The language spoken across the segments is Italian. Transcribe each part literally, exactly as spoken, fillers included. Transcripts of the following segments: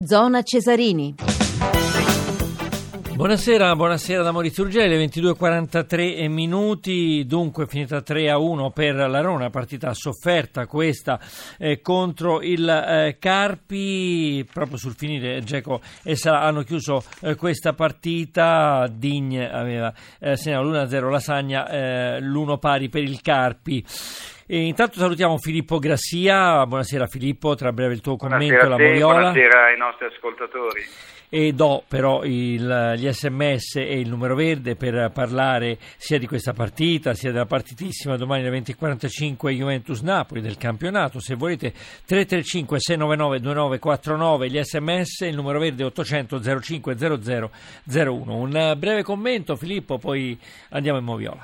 Zona Cesarini. Buonasera, buonasera da Maurizio Ruggeri, le ventidue e quarantatré minuti, dunque finita tre a uno per la Roma, partita sofferta questa eh, contro il eh, Carpi, proprio sul finire Dzeko e Salah hanno chiuso eh, questa partita. Digne aveva eh, segnato l'uno a zero, Lasagna eh, l'uno pari per il Carpi. E intanto salutiamo Filippo Grassia, buonasera Filippo, tra breve il tuo commento buonasera alla a te, Moviola. Buonasera ai nostri ascoltatori. E do però il, gli sms e il numero verde per parlare sia di questa partita sia della partitissima domani alle venti e quarantacinque Juventus-Napoli del campionato. Se volete tre tre cinque sei nove nove due nove quattro nove gli sms, il numero verde ottocento zero cinque zero zero zero uno. Un breve commento Filippo, poi andiamo in Moviola.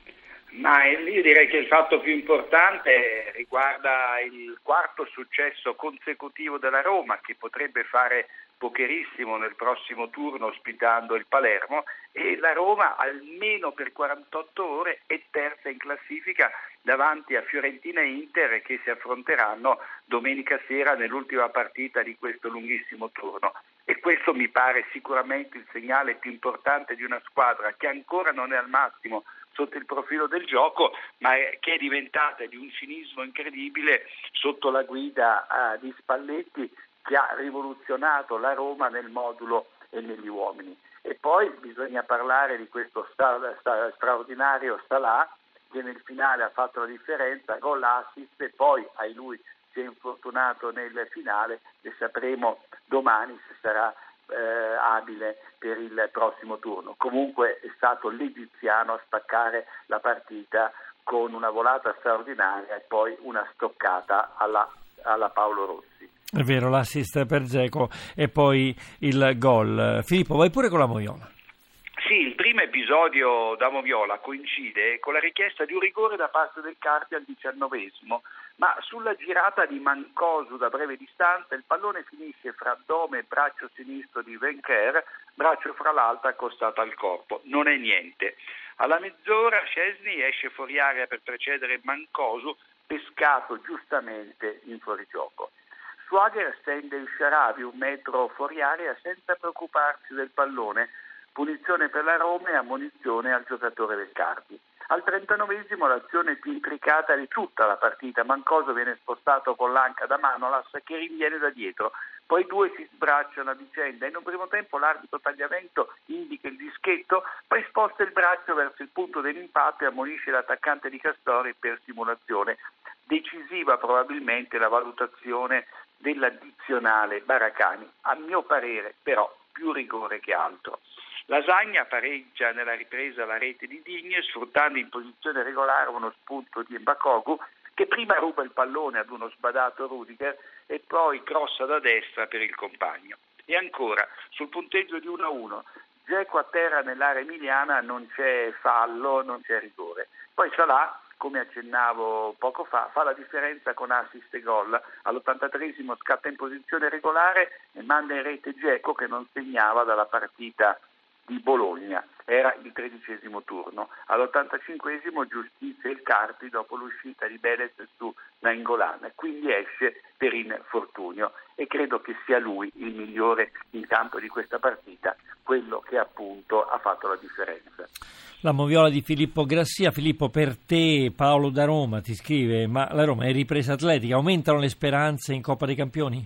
Ma io direi che il fatto più importante riguarda il quarto successo consecutivo della Roma, che potrebbe fare pocherissimo nel prossimo turno ospitando il Palermo, e la Roma almeno per quarantotto ore è terza in classifica davanti a Fiorentina e Inter, che si affronteranno domenica sera nell'ultima partita di questo lunghissimo turno. E questo mi pare sicuramente il segnale più importante di una squadra che ancora non è al massimo sotto il profilo del gioco, ma che è diventata di un cinismo incredibile sotto la guida uh, di Spalletti, che ha rivoluzionato la Roma nel modulo e negli uomini. E poi bisogna parlare di questo stra- stra- straordinario Salah, che nel finale ha fatto la differenza, gol, assist, e poi ai lui si è infortunato nel finale e sapremo domani se sarà eh, abile per il prossimo turno. Comunque è stato l'egiziano a spaccare la partita con una volata straordinaria e poi una stoccata alla, alla Paolo Rossi. È vero, l'assist per Dzeko e poi il gol. Filippo, vai pure con la Moviola. Sì, il primo episodio da Moviola coincide con la richiesta di un rigore da parte del Carpi al diciannovesimo, ma sulla girata di Mancosu da breve distanza il pallone finisce fra addome e braccio sinistro di Venker, braccio fra l'altro accostato al corpo. Non è niente. Alla mezz'ora Szczesny esce fuori area per precedere Mancosu, pescato giustamente in fuorigioco. Schwager stende il Sharawi un metro fuori area senza preoccuparsi del pallone, punizione per la Roma e ammonizione al giocatore del Carpi. Al trentanovesimo l'azione più intricata di tutta la partita, Mancosu viene spostato con l'anca da Manolas che rinviene da dietro, poi i due si sbracciano a vicenda. In un primo tempo l'arbitro tagliamento indica il dischetto, poi sposta il braccio verso il punto dell'impatto e ammonisce l'attaccante di Castori per simulazione. Decisiva probabilmente la valutazione dell'addizionale Barakani, a mio parere però più rigore che altro. Lasagna pareggia nella ripresa la rete di Digne, sfruttando in posizione regolare uno spunto di Mbakogu, che prima ruba il pallone ad uno sbadato Rudiger e poi crossa da destra per il compagno. E ancora, sul punteggio di uno a uno, Dzeko a terra nell'area emiliana, non c'è fallo, non c'è rigore. Poi Salah, come accennavo poco fa, fa la differenza con assist e gol. All'ottantatreesimo scatta in posizione regolare e manda in rete Dzeko, che non segnava dalla partita di Bologna, era il tredicesimo turno. All'ottantacinquesimo giustizia il Carpi dopo l'uscita di Belez su Nainggolan, quindi esce per infortunio e credo che sia lui il migliore in campo di questa partita, quello che appunto ha fatto la differenza. La Moviola di Filippo Grassia. Filippo, per te Paolo da Roma ti scrive: ma la Roma è ripresa atletica, aumentano le speranze in Coppa dei Campioni?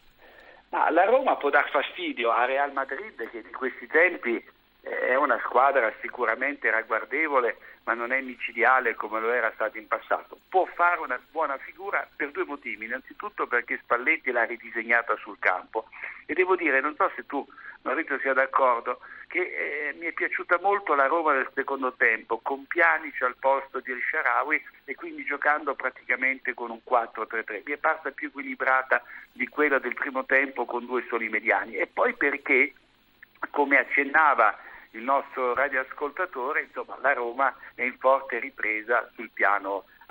Ma la Roma può dar fastidio a Real Madrid, che di questi tempi è una squadra sicuramente ragguardevole, ma non è micidiale come lo era stato in passato. Può fare una buona figura per due motivi: innanzitutto perché Spalletti l'ha ridisegnata sul campo, e devo dire, non so se tu Maurizio sia d'accordo, che eh, mi è piaciuta molto la Roma del secondo tempo, con Pjanic al posto di El Shaarawy e quindi giocando praticamente con un quattro tre tre. Mi è parsa più equilibrata di quella del primo tempo con due soli mediani. E poi perché, come accennava il nostro radioascoltatore, insomma, la Roma è in forte ripresa sul piano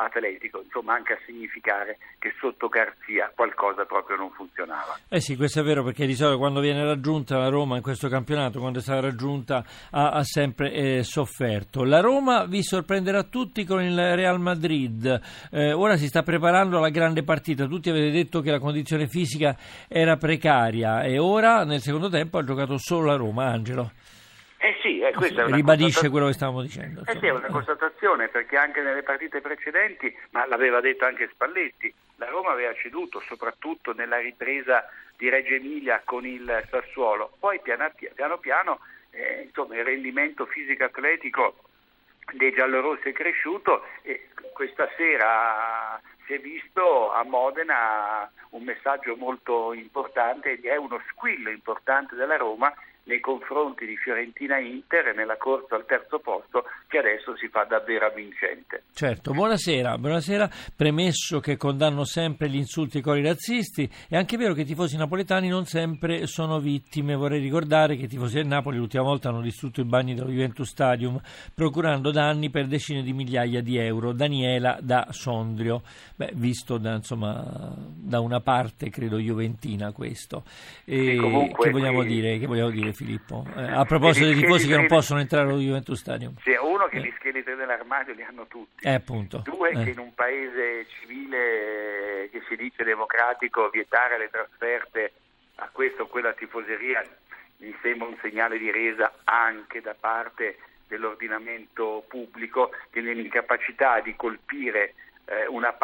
atletico, insomma anche a significare che sotto Garzia qualcosa proprio non funzionava. Eh sì, questo è vero, perché di solito quando viene raggiunta la Roma in questo campionato, quando è stata raggiunta, ha, ha sempre eh, sofferto. La Roma vi sorprenderà tutti con il Real Madrid, eh, ora si sta preparando alla grande partita, tutti avete detto che la condizione fisica era precaria e ora nel secondo tempo ha giocato solo la Roma. Angelo. Eh sì, eh, questa è una ribadisce quello che stavamo dicendo. Eh sì, è una constatazione, perché anche nelle partite precedenti, ma l'aveva detto anche Spalletti, la Roma aveva ceduto soprattutto nella ripresa di Reggio Emilia con il Sassuolo, poi piano piano, piano eh, insomma, il rendimento fisico-atletico dei giallorossi è cresciuto e questa sera si è visto a Modena un messaggio molto importante, è uno squillo importante della Roma nei confronti di Fiorentina e Inter nella corsa al terzo posto, che adesso si fa davvero avvincente. Certo, buonasera, buonasera. Premesso che condanno sempre gli insulti ai cori razzisti, è anche vero che i tifosi napoletani non sempre sono vittime. Vorrei ricordare che i tifosi del Napoli l'ultima volta hanno distrutto i bagni dello Juventus Stadium, procurando danni per decine di migliaia di euro. Daniela da Sondrio. Beh, visto da, insomma, da una parte, credo, juventina questo. E sì, comunque, che vogliamo qui... dire? Che vogliamo dire, Filippo? Eh, a proposito dei tifosi che non possono entrare allo Juventus Stadium. Sì, uno che eh. gli scheletri dell'armadio li hanno tutti. Eh, appunto. Due, eh. che in un paese civile che si dice democratico vietare le trasferte a questa o quella tifoseria mi sembra un segnale di resa anche da parte dell'ordinamento pubblico, che nell'incapacità di colpire eh, una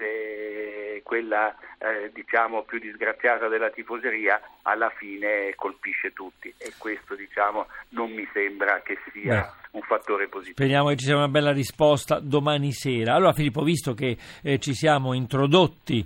parte, quella eh, diciamo più disgraziata della tifoseria, alla fine colpisce tutti, e questo diciamo non mi sembra che sia Beh. un fattore positivo. Speriamo che ci sia una bella risposta domani sera. Allora Filippo, visto che eh, ci siamo introdotti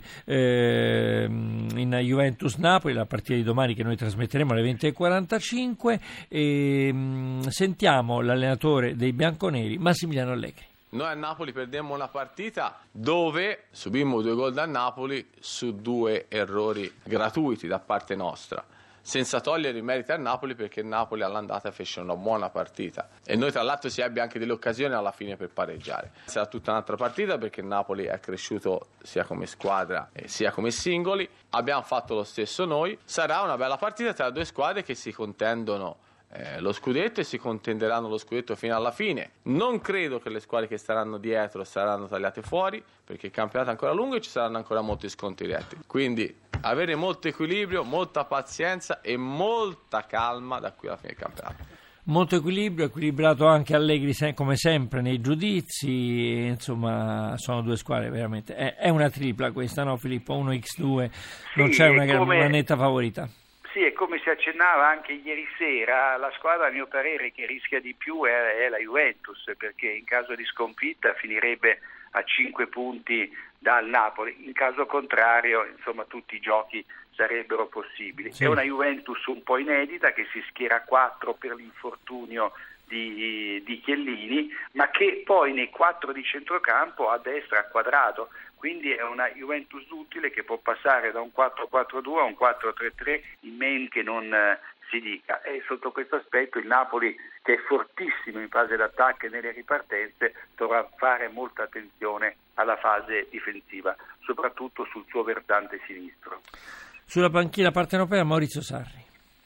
eh, in Juventus Napoli, la partita di domani che noi trasmetteremo alle venti e quarantacinque, eh, sentiamo l'allenatore dei bianconeri, Massimiliano Allegri. Noi a Napoli perdemmo una partita dove subimmo due gol da Napoli su due errori gratuiti da parte nostra, senza togliere i meriti a Napoli, perché Napoli all'andata fece una buona partita e noi tra l'altro si ebbe anche delle occasioni alla fine per pareggiare. Sarà tutta un'altra partita perché Napoli è cresciuto sia come squadra sia come singoli, abbiamo fatto lo stesso noi, sarà una bella partita tra due squadre che si contendono Eh, lo scudetto e si contenderanno lo scudetto fino alla fine. Non credo che le squadre che staranno dietro saranno tagliate fuori, perché il campionato è ancora lungo e ci saranno ancora molti scontri diretti, quindi avere molto equilibrio, molta pazienza e molta calma da qui alla fine del campionato. Molto equilibrio, equilibrato anche Allegri come sempre nei giudizi, insomma sono due squadre veramente, è, è una tripla questa, no Filippo? uno a due, non sì, c'è una, come... una netta favorita. Sì, e come si accennava anche ieri sera, la squadra a mio parere che rischia di più è, è la Juventus, perché in caso di sconfitta finirebbe a cinque punti dal Napoli, in caso contrario insomma tutti i giochi sarebbero possibili. Sì. È una Juventus un po' inedita che si schiera a quattro per l'infortunio di, di Chiellini, ma che poi nei quattro di centrocampo a destra ha Quadrado. Quindi è una Juventus utile che può passare da un quattro quattro due a un quattro tre tre, in men che non eh, si dica. E sotto questo aspetto il Napoli, che è fortissimo in fase d'attacco e nelle ripartenze, dovrà fare molta attenzione alla fase difensiva, soprattutto sul suo versante sinistro. Sulla panchina partenopea Maurizio Sarri.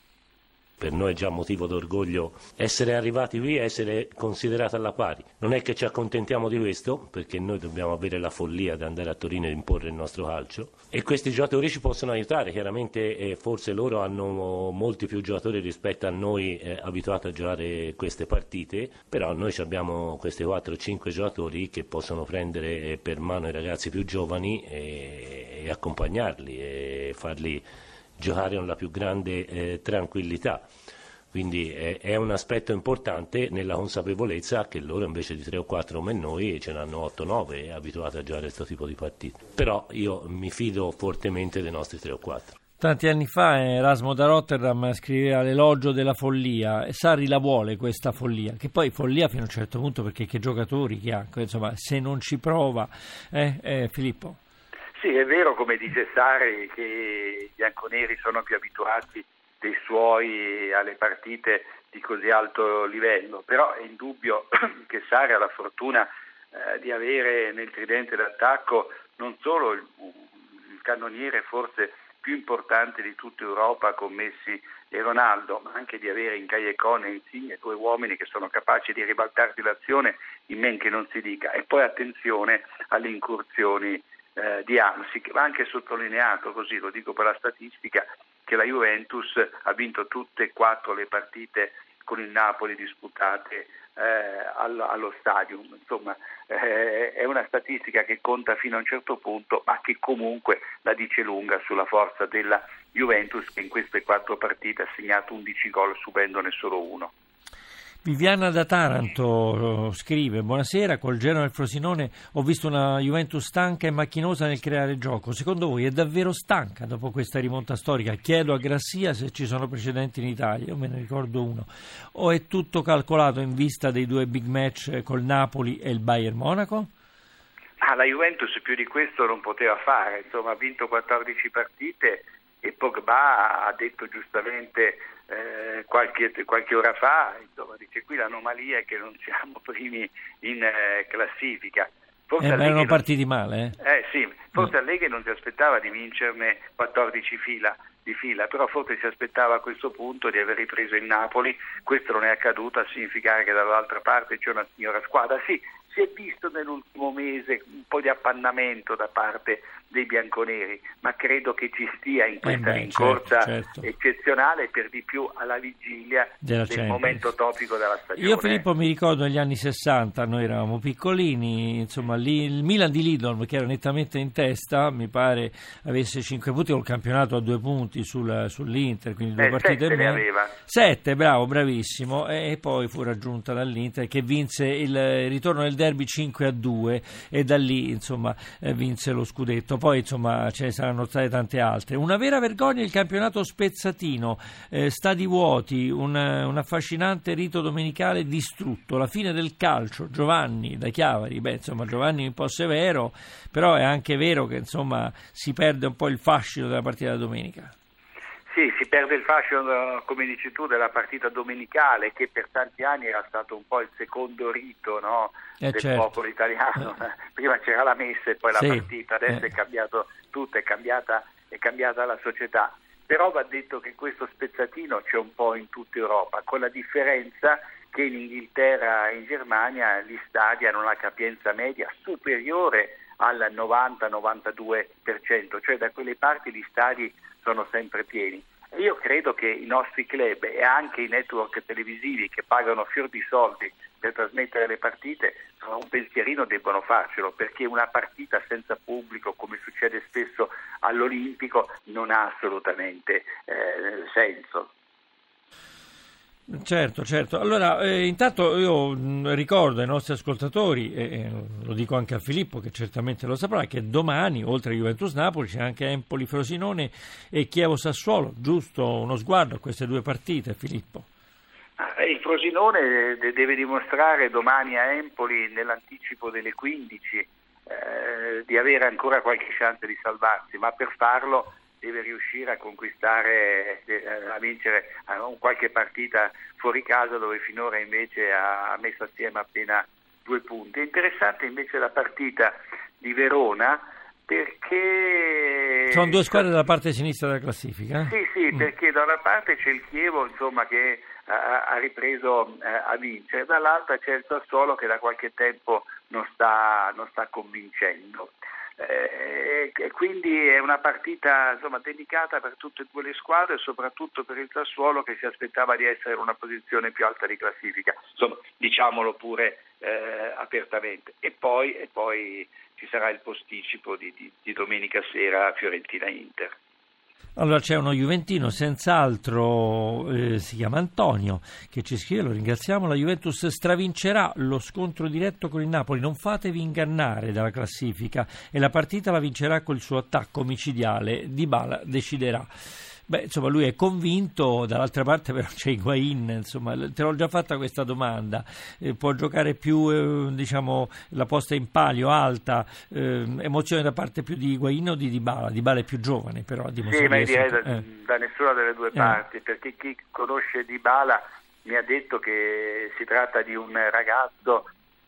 Per noi è già motivo d'orgoglio essere arrivati qui e essere considerati alla pari. Non è che ci accontentiamo di questo, perché noi dobbiamo avere la follia di andare a Torino e imporre il nostro calcio, e questi giocatori ci possono aiutare. Chiaramente eh, forse loro hanno molti più giocatori rispetto a noi eh, abituati a giocare queste partite, però noi abbiamo questi quattro o cinque giocatori che possono prendere eh, per mano i ragazzi più giovani e, e accompagnarli e farli giocare con la più grande eh, tranquillità, quindi è, è un aspetto importante nella consapevolezza che loro invece di tre o quattro come noi ce n'hanno otto nove abituati a giocare questo tipo di partite, però io mi fido fortemente dei nostri tre o quattro. Tanti anni fa Erasmo da Rotterdam scriveva l'elogio della follia, e Sarri la vuole questa follia, che poi follia fino a un certo punto, perché che giocatori che ha, insomma se non ci prova, eh, eh, Filippo? Sì, è vero, come dice Sarri, che i bianconeri sono più abituati dei suoi alle partite di così alto livello, però è indubbio che Sarri ha la fortuna eh, di avere nel tridente d'attacco non solo il, il cannoniere forse più importante di tutta Europa con Messi e Ronaldo, ma anche di avere in Callejon e Insigne due uomini che sono capaci di ribaltarti l'azione in men che non si dica. E poi attenzione alle incursioni eh, di Hamsik. Va anche sottolineato, così lo dico per la statistica, che la Juventus ha vinto tutte e quattro le partite con il Napoli disputate eh, allo, allo stadio. Insomma, eh, è una statistica che conta fino a un certo punto, ma che comunque la dice lunga sulla forza della Juventus, che in queste quattro partite ha segnato undici gol subendone solo uno. Viviana da Taranto scrive: buonasera, col Genoa e il Frosinone ho visto una Juventus stanca e macchinosa nel creare gioco. Secondo voi è davvero stanca dopo questa rimonta storica? Chiedo a Grassia se ci sono precedenti in Italia, io me ne ricordo uno, o è tutto calcolato in vista dei due big match col Napoli e il Bayern Monaco? Ah, la Juventus più di questo non poteva fare, insomma ha vinto quattordici partite e Pogba ha detto giustamente eh, qualche, qualche ora fa, insomma, dice qui l'anomalia è che non siamo primi in eh, classifica. Forse eh, erano non, partiti male. Eh, eh sì, forse mm. Allegri non si aspettava di vincerne quattordici fila, di fila, però forse si aspettava a questo punto di aver ripreso il Napoli. Questo non è accaduto, a significare che dall'altra parte c'è una signora squadra. Sì, si è visto nell'ultimo mese un po' di appannamento da parte dei bianconeri, ma credo che ci stia in questa eh beh, rincorsa certo, certo. eccezionale, per di più alla vigilia Della del Champions. Momento topico della stagione. Io Filippo mi ricordo negli anni sessanta, noi eravamo piccolini, insomma lì, il Milan di Lidl, che era nettamente in testa, mi pare avesse cinque punti col campionato a due punti sul, sull'Inter, quindi due eh, partite sette e ne aveva. Sette, bravo, bravissimo, e poi fu raggiunta dall'Inter che vinse il ritorno del derby cinque a due e da lì insomma vinse lo scudetto. Poi insomma ce ne saranno state tante altre. Una vera vergogna il campionato spezzatino, eh, stadi vuoti, un, un affascinante rito domenicale distrutto, la fine del calcio. Giovanni da Chiavari, beh insomma Giovanni un po' severo, però è anche vero che insomma si perde un po' il fascino della partita da domenica. Sì, si perde il fascino, come dici tu, della partita domenicale, che per tanti anni era stato un po' il secondo rito, no, eh, del certo. popolo italiano. Eh. Prima c'era la messa e poi la sì. partita, adesso eh. è cambiato tutto, è cambiata, è cambiata la società. Però va detto che questo spezzatino c'è un po' in tutta Europa, con la differenza che in Inghilterra e in Germania gli stadi hanno una capienza media superiore al novanta novantadue per cento, cioè da quelle parti gli stadi sono sempre pieni. E io credo che i nostri club e anche i network televisivi che pagano fior di soldi per trasmettere le partite, un pensierino debbono farcelo, perché una partita senza pubblico, come succede spesso all'Olimpico, non ha assolutamente eh, senso. Certo, certo. Allora, eh, intanto io mh, ricordo ai nostri ascoltatori, e eh, lo dico anche a Filippo che certamente lo saprà, che domani, oltre a Juventus-Napoli, c'è anche Empoli-Frosinone e Chievo-Sassuolo. Giusto uno sguardo a queste due partite, Filippo? Il Frosinone deve dimostrare domani a Empoli, nell'anticipo delle quindici, eh, di avere ancora qualche chance di salvarsi, ma per farlo deve riuscire a conquistare, a vincere qualche partita fuori casa, dove finora invece ha messo assieme appena due punti. È interessante invece la partita di Verona, perché sono due squadre dalla parte sinistra della classifica. Sì, sì, mm. perché da una parte c'è il Chievo, insomma, che ha, ha ripreso eh, a vincere, dall'altra c'è il Sassuolo che da qualche tempo non sta, non sta convincendo. Eh, e quindi è una partita insomma delicata per tutte e due le squadre, e soprattutto per il Sassuolo, che si aspettava di essere in una posizione più alta di classifica, insomma diciamolo pure eh, apertamente. E poi, e poi ci sarà il posticipo di, di, di domenica sera Fiorentina-Inter. Allora c'è uno juventino senz'altro, eh, si chiama Antonio, che ci scrive, lo ringraziamo: la Juventus stravincerà lo scontro diretto con il Napoli, non fatevi ingannare dalla classifica, e la partita la vincerà col suo attacco micidiale, Dybala deciderà. Beh, insomma, lui è convinto. Dall'altra parte però c'è Higuain, insomma, te l'ho già fatta questa domanda, eh, può giocare più, eh, diciamo, la posta in palio alta, eh, emozione da parte più di Higuain o di Dybala? Dybala è più giovane, però sì, ma direi da, eh. da nessuna delle due eh. parti, perché chi conosce Dybala mi ha detto che si tratta di un ragazzo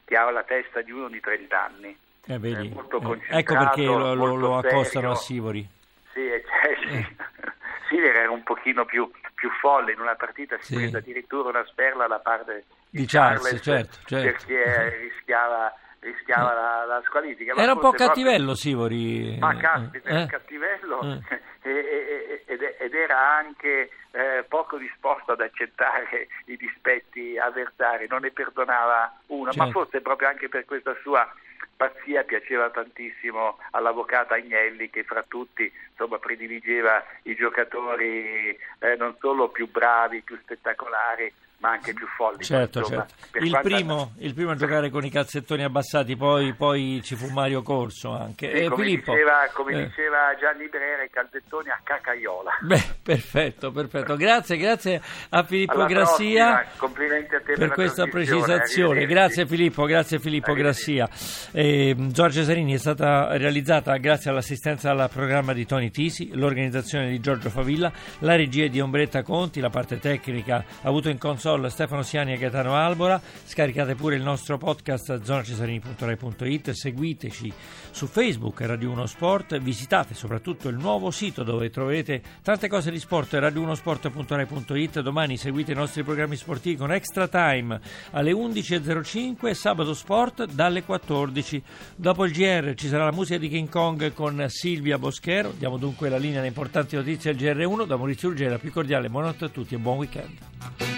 che ha la testa di uno di trenta anni. Eh, vedi. Eh, molto eh, concentrato, ecco perché lo, lo, lo molto accostano serio. a Sivori. Sì, cioè, sì. Eh. Sivori era un pochino più, più folle, in una partita si Sì. prese addirittura una sperla da parte di, Di Charles, Charles, certo, certo. perché rischiava, rischiava la, la squalifica. Ma Era un po' forse proprio- cattivello Sivori. Ma caspita, eh, era eh. cattivello Eh. e- e- ed, ed era anche eh, poco disposto ad accettare i dispetti avversari, non ne perdonava uno, Certo. ma forse proprio anche per questa sua pazzia piaceva tantissimo all'avvocato Agnelli, che fra tutti insomma prediligeva i giocatori eh, non solo più bravi, più spettacolari, ma anche più folli. Certo, Insomma, certo. per Il quanta- primo, il primo a giocare con i calzettoni abbassati, poi, poi ci fu Mario Corso anche. Sì, Eh, come Filippo, diceva, come eh, diceva Gianni Brera, i calzettoni a cacaiola. beh, perfetto, perfetto. Grazie, grazie a Filippo Alla Grassia. prossima, complimenti a te Per la questa trasmissione, precisazione, arrivederci. grazie Filippo, grazie Filippo Arrivederci. Grassia. Eh, Giorgio Sarini è stata realizzata grazie all'assistenza al programma di Tony Tisi, l'organizzazione di Giorgio Favilla, la regia di Ombretta Conti, la parte tecnica ha avuto in console Stefano Siani e Gaetano Albora. Scaricate pure il nostro podcast a zona cesarini punto rai punto it, seguiteci su Facebook Radio uno Sport, visitate soprattutto il nuovo sito dove troverete tante cose di sport, radio uno sport punto rai punto it. Domani seguite i nostri programmi sportivi con Extra Time alle undici e zero cinque, sabato sport dalle quattordici. Dopo il G R ci sarà la musica di King Kong con Silvia Boschero. Diamo dunque la linea alle importanti notizie del G R uno. Da Maurizio Urgela, più cordiale buonanotte a tutti e buon weekend.